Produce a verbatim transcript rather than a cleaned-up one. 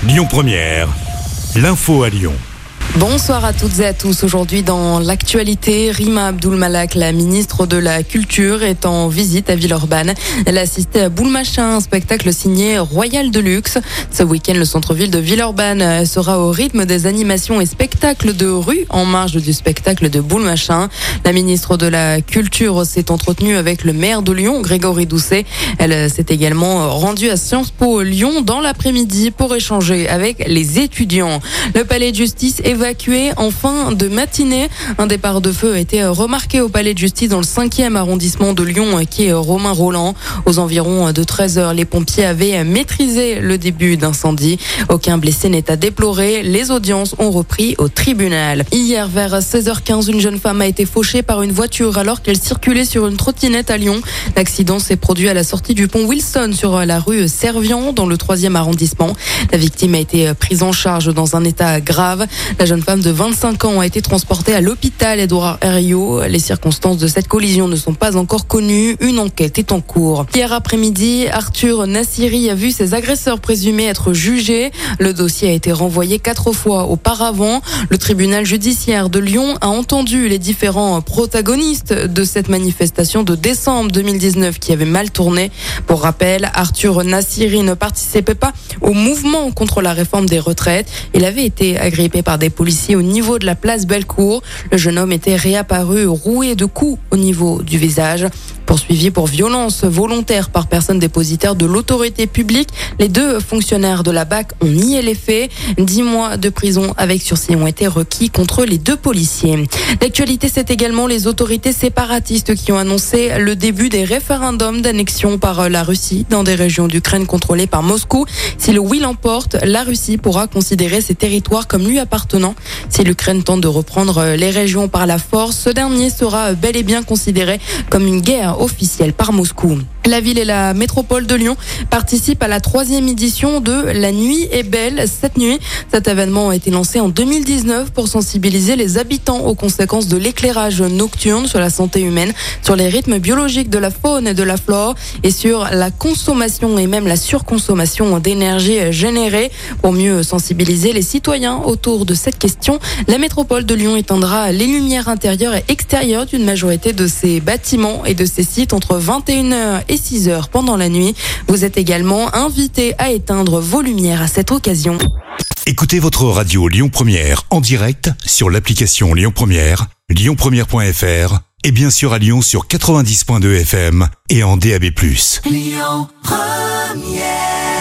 Lyon Première, l'info à Lyon. Bonsoir à toutes et à tous. Aujourd'hui dans l'actualité, Rima Abdul Malak, la ministre de la Culture, est en visite à Villeurbanne. Elle a assisté à Boule Machin, un spectacle signé Royal de Luxe. Ce week-end, le centre-ville de Villeurbanne sera au rythme des animations et spectacles de rue en marge du spectacle de Boule Machin. La ministre de la Culture s'est entretenue avec le maire de Lyon, Grégory Doucet. Elle s'est également rendue à Sciences Po Lyon dans l'après-midi pour échanger avec les étudiants. Le palais de justice évacué en fin de matinée. Un départ de feu a été remarqué au palais de justice dans le cinquième arrondissement de Lyon, qui est Romain Roland. Aux environs de treize heures, les pompiers avaient maîtrisé le début d'incendie. Aucun blessé n'est à déplorer. Les audiences ont repris au tribunal. Hier, vers seize heures quinze, une jeune femme a été fauchée par une voiture alors qu'elle circulait sur une trottinette à Lyon. L'accident s'est produit à la sortie du pont Wilson sur la rue Servian dans le troisième arrondissement. La victime a été prise en charge dans un état grave. La jeune femme de vingt-cinq ans a été transportée à l'hôpital Édouard Herriot. Les circonstances de cette collision ne sont pas encore connues. Une enquête est en cours. Hier après-midi, Arthur Nassiri a vu ses agresseurs présumés être jugés. Le dossier a été renvoyé quatre fois auparavant. Le tribunal judiciaire de Lyon a entendu les différents protagonistes de cette manifestation de décembre deux mille dix-neuf qui avait mal tourné. Pour rappel, Arthur Nassiri ne participait pas au mouvement contre la réforme des retraites. Il avait été agrippé par des policiers au niveau de la place Bellecour. Le jeune homme était réapparu roué de coups au niveau du visage. Poursuivi pour violence volontaire par personne dépositaire de l'autorité publique, les deux fonctionnaires de la B A C ont nié les faits. Dix mois de prison avec sursis ont été requis contre les deux policiers. L'actualité, c'est également les autorités séparatistes qui ont annoncé le début des référendums d'annexion par la Russie dans des régions d'Ukraine contrôlées par Moscou. Si le oui l'emporte, la Russie pourra considérer ces territoires comme lui appartenant. Si l'Ukraine tente de reprendre les régions par la force, ce dernier sera bel et bien considéré comme une guerre officielle par Moscou. La ville et la métropole de Lyon participent à la troisième édition de La Nuit est belle cette nuit. Cet événement a été lancé en deux mille dix-neuf pour sensibiliser les habitants aux conséquences de l'éclairage nocturne sur la santé humaine, sur les rythmes biologiques de la faune et de la flore et sur la consommation et même la surconsommation d'énergie générée. Pour mieux sensibiliser les citoyens autour de cette question, la métropole de Lyon éteindra les lumières intérieures et extérieures d'une majorité de ses bâtiments et de ses sites entre vingt et une heures et six heures pendant la nuit. Vous êtes également invité à éteindre vos lumières à cette occasion. Écoutez votre radio Lyon Première en direct sur l'application Lyon Première, lyon première point f r et bien sûr à Lyon sur quatre-vingt-dix point deux F M et en D A B plus. Lyon Première.